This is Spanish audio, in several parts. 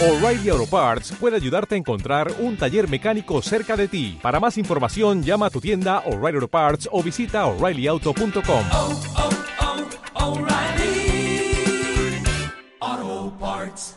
O'Reilly Auto Parts puede ayudarte a encontrar un taller mecánico cerca de ti. Para más información, llama a tu tienda O'Reilly Auto Parts o visita O'ReillyAuto.com. O'Reilly Auto Parts.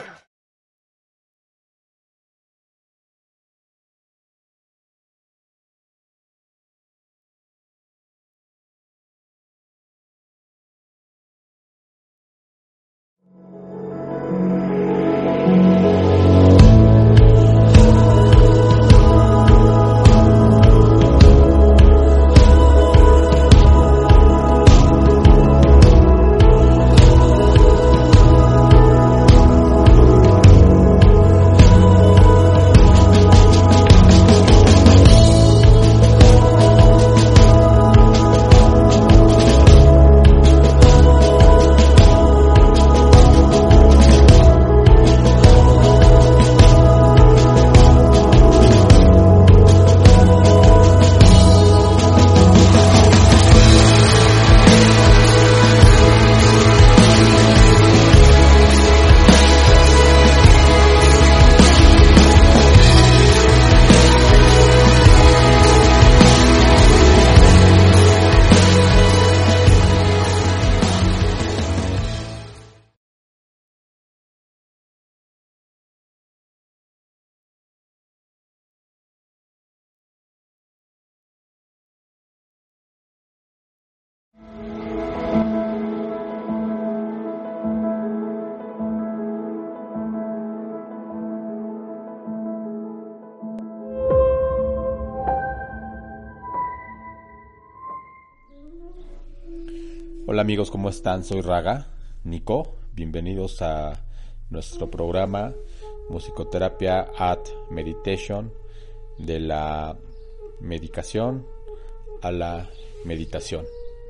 Hola amigos, ¿cómo están? Soy Raga, Nico. Bienvenidos a nuestro programa Musicoterapia at Meditation, de la medicación a la meditación.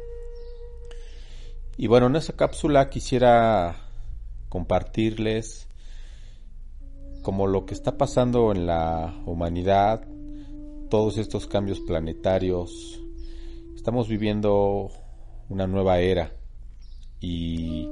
Y bueno, en esta cápsula quisiera compartirles como lo que está pasando en la humanidad, todos estos cambios planetarios. Estamos viviendo una nueva era y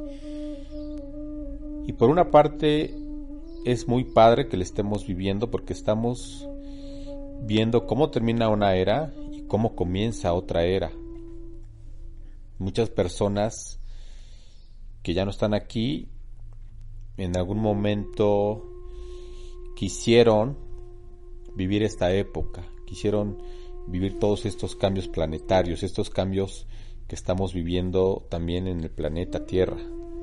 por una parte es muy padre que le estemos viviendo, porque estamos viendo cómo termina una era y cómo comienza otra era. Muchas personas que ya no están aquí en algún momento quisieron vivir esta época, quisieron vivir todos estos cambios planetarios, estos cambios que estamos viviendo también en el planeta Tierra.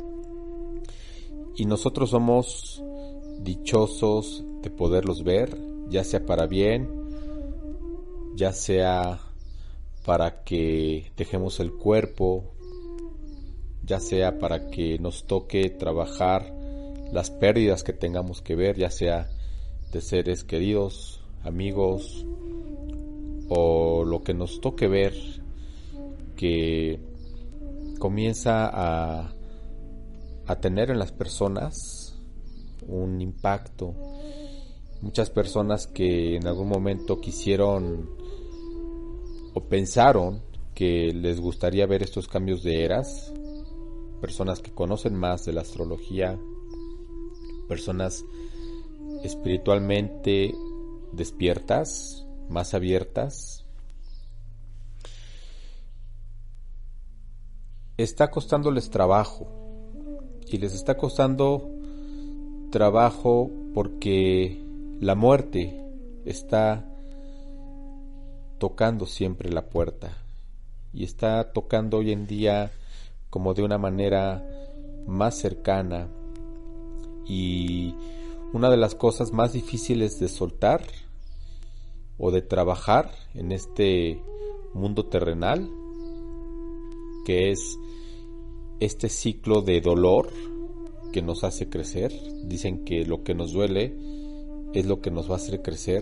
Y nosotros somos dichosos de poderlos ver, ya sea para bien, ya sea para que dejemos el cuerpo, ya sea para que nos toque trabajar las pérdidas que tengamos que ver, ya sea de seres queridos, amigos, o lo que nos toque ver, que comienza a tener en las personas un impacto. Muchas personas que en algún momento quisieron o pensaron que les gustaría ver estos cambios de eras, personas que conocen más de la astrología, personas espiritualmente despiertas, más abiertas. Está costándoles trabajo, y les está costando trabajo porque la muerte está tocando siempre la puerta, y está tocando hoy en día como de una manera más cercana. Y una de las cosas más difíciles de soltar o de trabajar en este mundo terrenal, que es este ciclo de dolor que nos hace crecer. Dicen que lo que nos duele es lo que nos va a hacer crecer.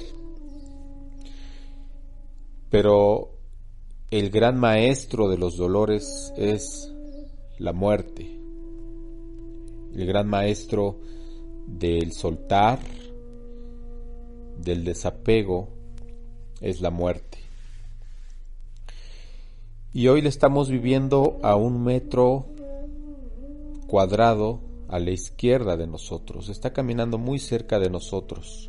Pero el gran maestro de los dolores es la muerte. El gran maestro del soltar, del desapego, es la muerte. Y hoy le estamos viviendo a 1 metro cuadrado a la izquierda de nosotros, está caminando muy cerca de nosotros.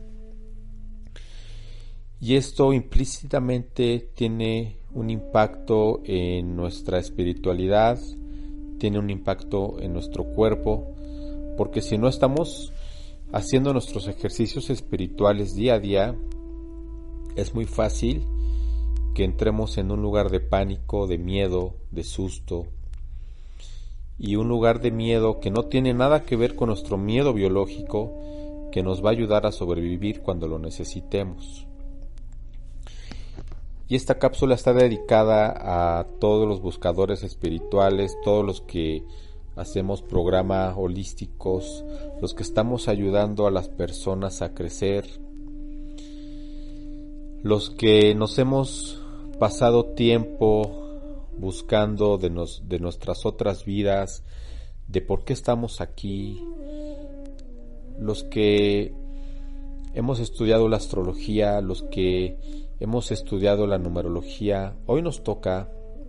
Y esto implícitamente tiene un impacto en nuestra espiritualidad, tiene un impacto en nuestro cuerpo, porque si no estamos haciendo nuestros ejercicios espirituales día a día, es muy fácil que entremos en un lugar de pánico, de miedo, de susto, y un lugar de miedo que no tiene nada que ver con nuestro miedo biológico, que nos va a ayudar a sobrevivir cuando lo necesitemos. Y esta cápsula está dedicada a todos los buscadores espirituales, todos los que hacemos programas holísticos, los que estamos ayudando a las personas a crecer, los que nos hemos pasado tiempo buscando de nuestras otras vidas, de por qué estamos aquí, los que hemos estudiado la astrología, los que hemos estudiado la numerología. Hoy nos toca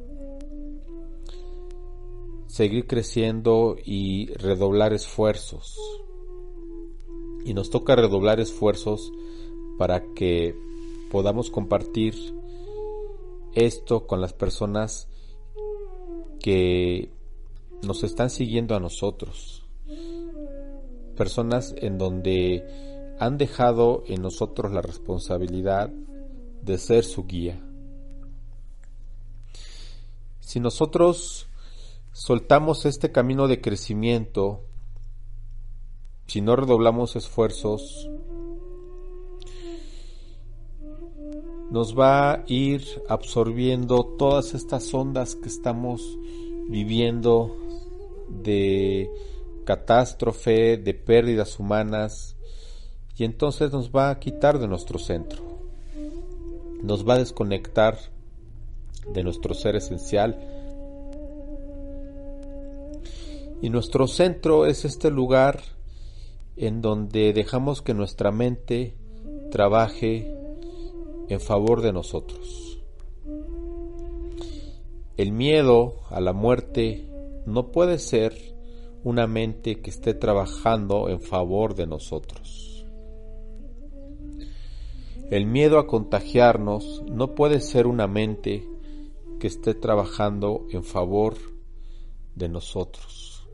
seguir creciendo y redoblar esfuerzos. Y nos toca redoblar esfuerzos para que podamos compartir esto con las personas que nos están siguiendo a nosotros. Personas en donde han dejado en nosotros la responsabilidad de ser su guía. Si nosotros soltamos este camino de crecimiento, si no redoblamos esfuerzos, nos va a ir absorbiendo todas estas ondas que estamos viviendo de catástrofe, de pérdidas humanas, y entonces nos va a quitar de nuestro centro, nos va a desconectar de nuestro ser esencial. Y nuestro centro es este lugar en donde dejamos que nuestra mente trabaje en favor de nosotros. El miedo a la muerte no puede ser una mente que esté trabajando en favor de nosotros. El miedo a contagiarnos no puede ser una mente que esté trabajando en favor de nosotros.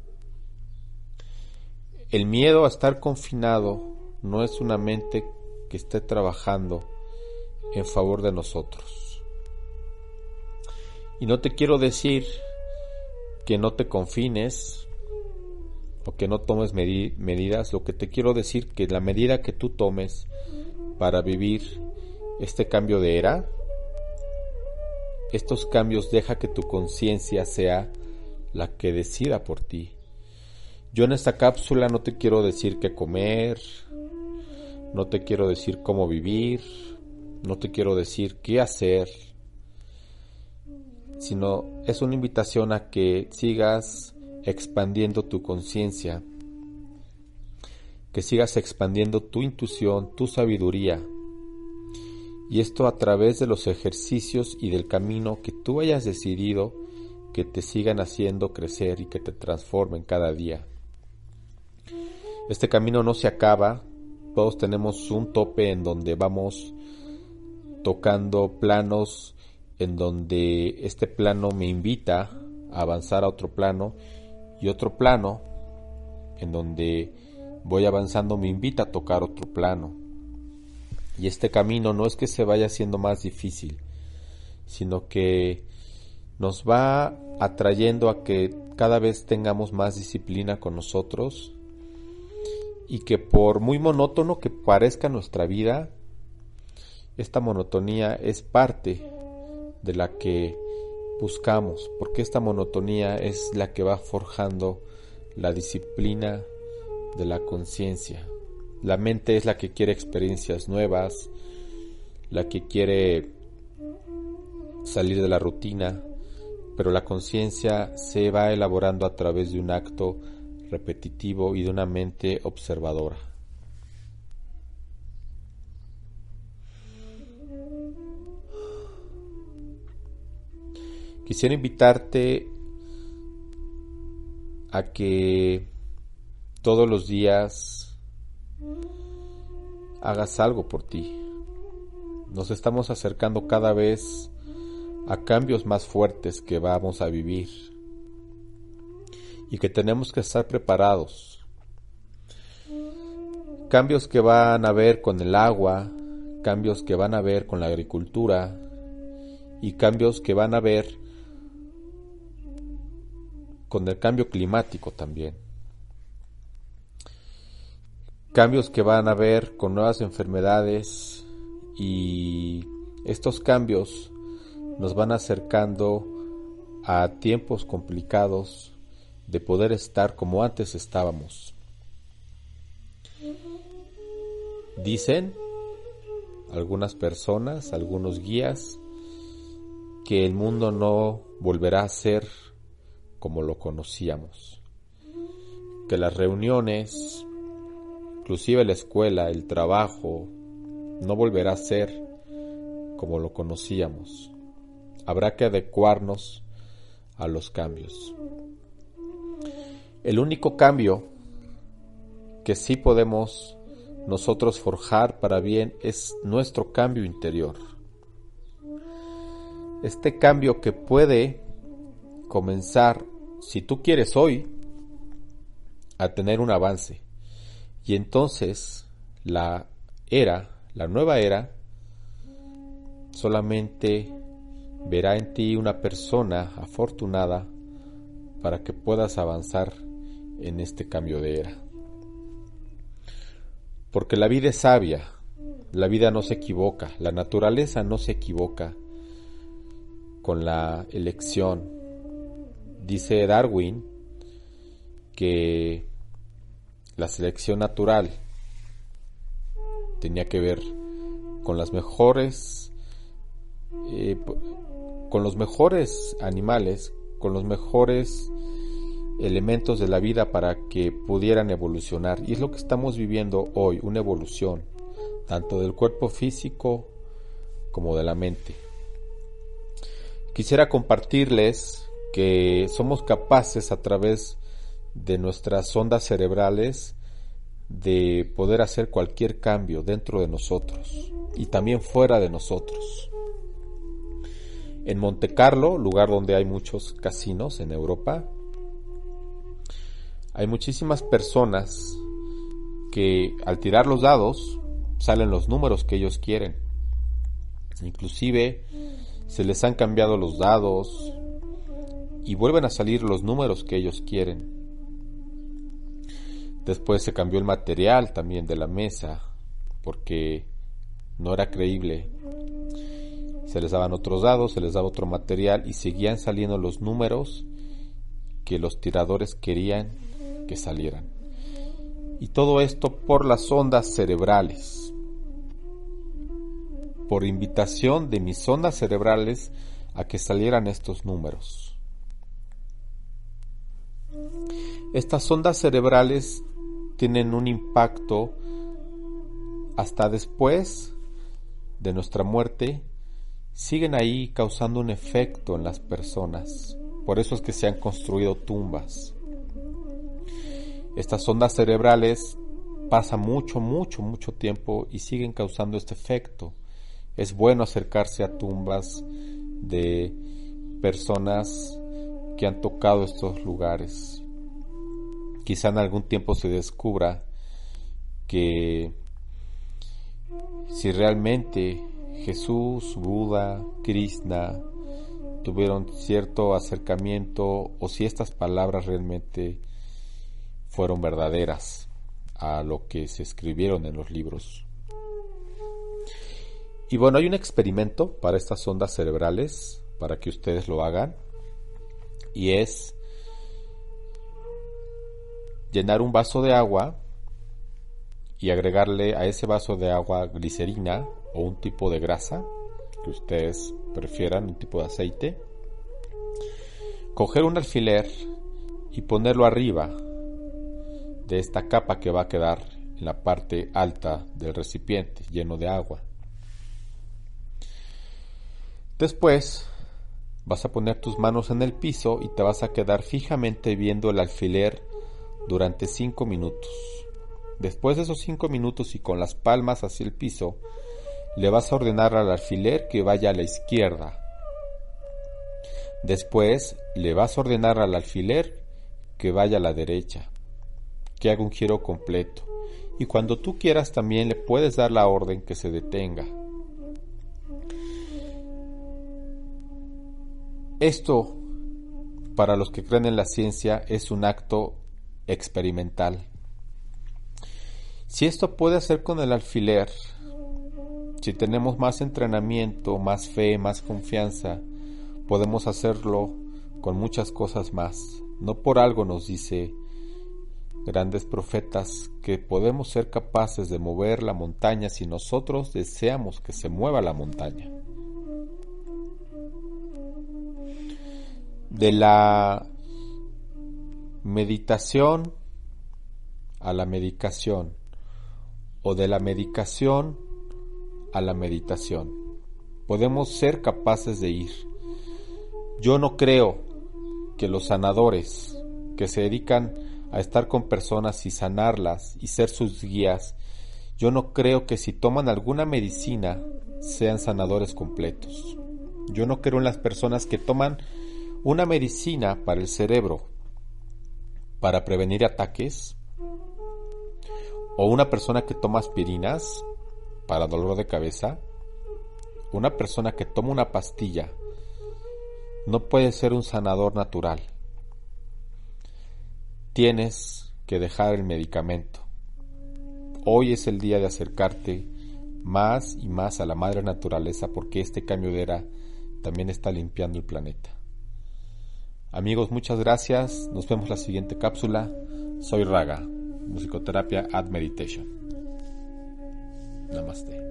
El miedo a estar confinado no es una mente que esté trabajando en favor de nosotros. Y no te quiero decir que no te confines o que no tomes medidas. Lo que te quiero decir que la medida que tú tomes para vivir este cambio de era, estos cambios, deja que tu conciencia sea la que decida por ti. Yo en esta cápsula no te quiero decir qué comer, no te quiero decir cómo vivir, no te quiero decir qué hacer, sino es una invitación a que sigas expandiendo tu conciencia, que sigas expandiendo tu intuición, tu sabiduría, y esto a través de los ejercicios y del camino que tú hayas decidido que te sigan haciendo crecer y que te transformen cada día. Este camino no se acaba, todos tenemos un tope en donde vamos tocando planos, en donde este plano me invita a avanzar a otro plano, y otro plano en donde voy avanzando me invita a tocar otro plano. Y este camino no es que se vaya haciendo más difícil, sino que nos va atrayendo a que cada vez tengamos más disciplina con nosotros, y que por muy monótono que parezca nuestra vida, esta monotonía es parte de la que buscamos, porque esta monotonía es la que va forjando la disciplina de la conciencia. La mente es la que quiere experiencias nuevas, la que quiere salir de la rutina, pero la conciencia se va elaborando a través de un acto repetitivo y de una mente observadora. Quisiera invitarte a que todos los días hagas algo por ti. Nos estamos acercando cada vez a cambios más fuertes que vamos a vivir y que tenemos que estar preparados. Cambios que van a ver con el agua, cambios que van a ver con la agricultura y cambios que van a ver con el cambio climático también. Cambios que van a ver con nuevas enfermedades, y estos cambios nos van acercando a tiempos complicados de poder estar como antes estábamos. Dicen algunas personas, algunos guías, que el mundo no volverá a ser como lo conocíamos, que las reuniones, inclusive la escuela, el trabajo, no volverá a ser como lo conocíamos. Habrá que adecuarnos a los cambios. El único cambio que sí podemos nosotros forjar para bien es nuestro cambio interior. Este cambio que puede comenzar, si tú quieres hoy, a tener un avance. Y entonces la nueva era, solamente verá en ti una persona afortunada para que puedas avanzar en este cambio de era. Porque la vida es sabia, la vida no se equivoca, la naturaleza no se equivoca con la elección. Dice Darwin que la selección natural tenía que ver con los mejores animales, con los mejores elementos de la vida para que pudieran evolucionar. Y es lo que estamos viviendo hoy, una evolución, tanto del cuerpo físico como de la mente. Quisiera compartirles que somos capaces, a través de nuestras ondas cerebrales, de poder hacer cualquier cambio dentro de nosotros y también fuera de nosotros. En Monte Carlo, lugar donde hay muchos casinos en Europa, hay muchísimas personas que al tirar los dados salen los números que ellos quieren. Inclusive se les han cambiado los dados y vuelven a salir los números que ellos quieren. Después se cambió el material también de la mesa porque no era creíble. Se les daban otros dados, se les daba otro material y seguían saliendo los números que los tiradores querían que salieran. Y todo esto por las ondas cerebrales. Por invitación de mis ondas cerebrales a que salieran estos números. Estas ondas cerebrales tienen un impacto hasta después de nuestra muerte, siguen ahí causando un efecto en las personas. Por eso es que se han construido tumbas. Estas ondas cerebrales pasan mucho tiempo y siguen causando este efecto. Es bueno acercarse a tumbas de personas que han tocado estos lugares. Quizá en algún tiempo se descubra que si realmente Jesús, Buda, Krishna tuvieron cierto acercamiento, o si estas palabras realmente fueron verdaderas a lo que se escribieron en los libros. Y bueno, hay un experimento para estas ondas cerebrales, para que ustedes lo hagan, y es llenar un vaso de agua y agregarle a ese vaso de agua glicerina o un tipo de grasa que ustedes prefieran, un tipo de aceite. Coger un alfiler y ponerlo arriba de esta capa que va a quedar en la parte alta del recipiente lleno de agua. Después vas a poner tus manos en el piso y te vas a quedar fijamente viendo el alfiler durante 5 minutos. Después de esos 5 minutos y con las palmas hacia el piso, le vas a ordenar al alfiler que vaya a la izquierda. Después le vas a ordenar al alfiler que vaya a la derecha, que haga un giro completo. Y cuando tú quieras también le puedes dar la orden que se detenga. Esto, para los que creen en la ciencia, es un acto experimental. Si esto puede hacer con el alfiler, si tenemos más entrenamiento, más fe, más confianza, podemos hacerlo con muchas cosas más. No por algo nos dice grandes profetas que podemos ser capaces de mover la montaña si nosotros deseamos que se mueva la montaña. De la meditación a la medicación, o de la medicación a la meditación, podemos ser capaces de ir. Yo no creo que los sanadores que se dedican a estar con personas y sanarlas y ser sus guías, yo no creo que si toman alguna medicina sean sanadores completos. Yo no creo en las personas que toman una medicina para el cerebro para prevenir ataques, o una persona que toma aspirinas para dolor de cabeza. Una persona que toma una pastilla no puede ser un sanador natural. Tienes que dejar el medicamento. Hoy es el día de acercarte más y más a la madre naturaleza, porque este cambio de era también está limpiando el planeta. Amigos, muchas gracias. Nos vemos la siguiente cápsula. Soy Raga, Musicoterapia at Meditation. Namaste.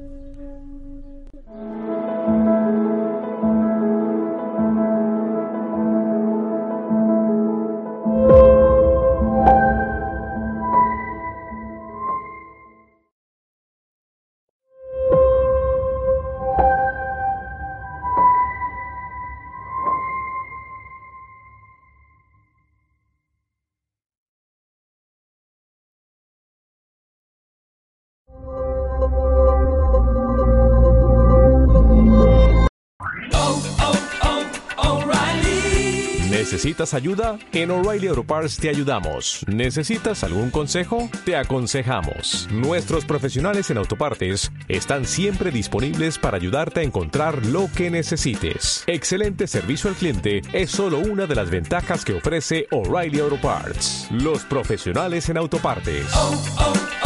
¿Necesitas ayuda? En O'Reilly Auto Parts te ayudamos. ¿Necesitas algún consejo? Te aconsejamos. Nuestros profesionales en autopartes están siempre disponibles para ayudarte a encontrar lo que necesites. Excelente servicio al cliente es solo una de las ventajas que ofrece O'Reilly Auto Parts. Los profesionales en autopartes.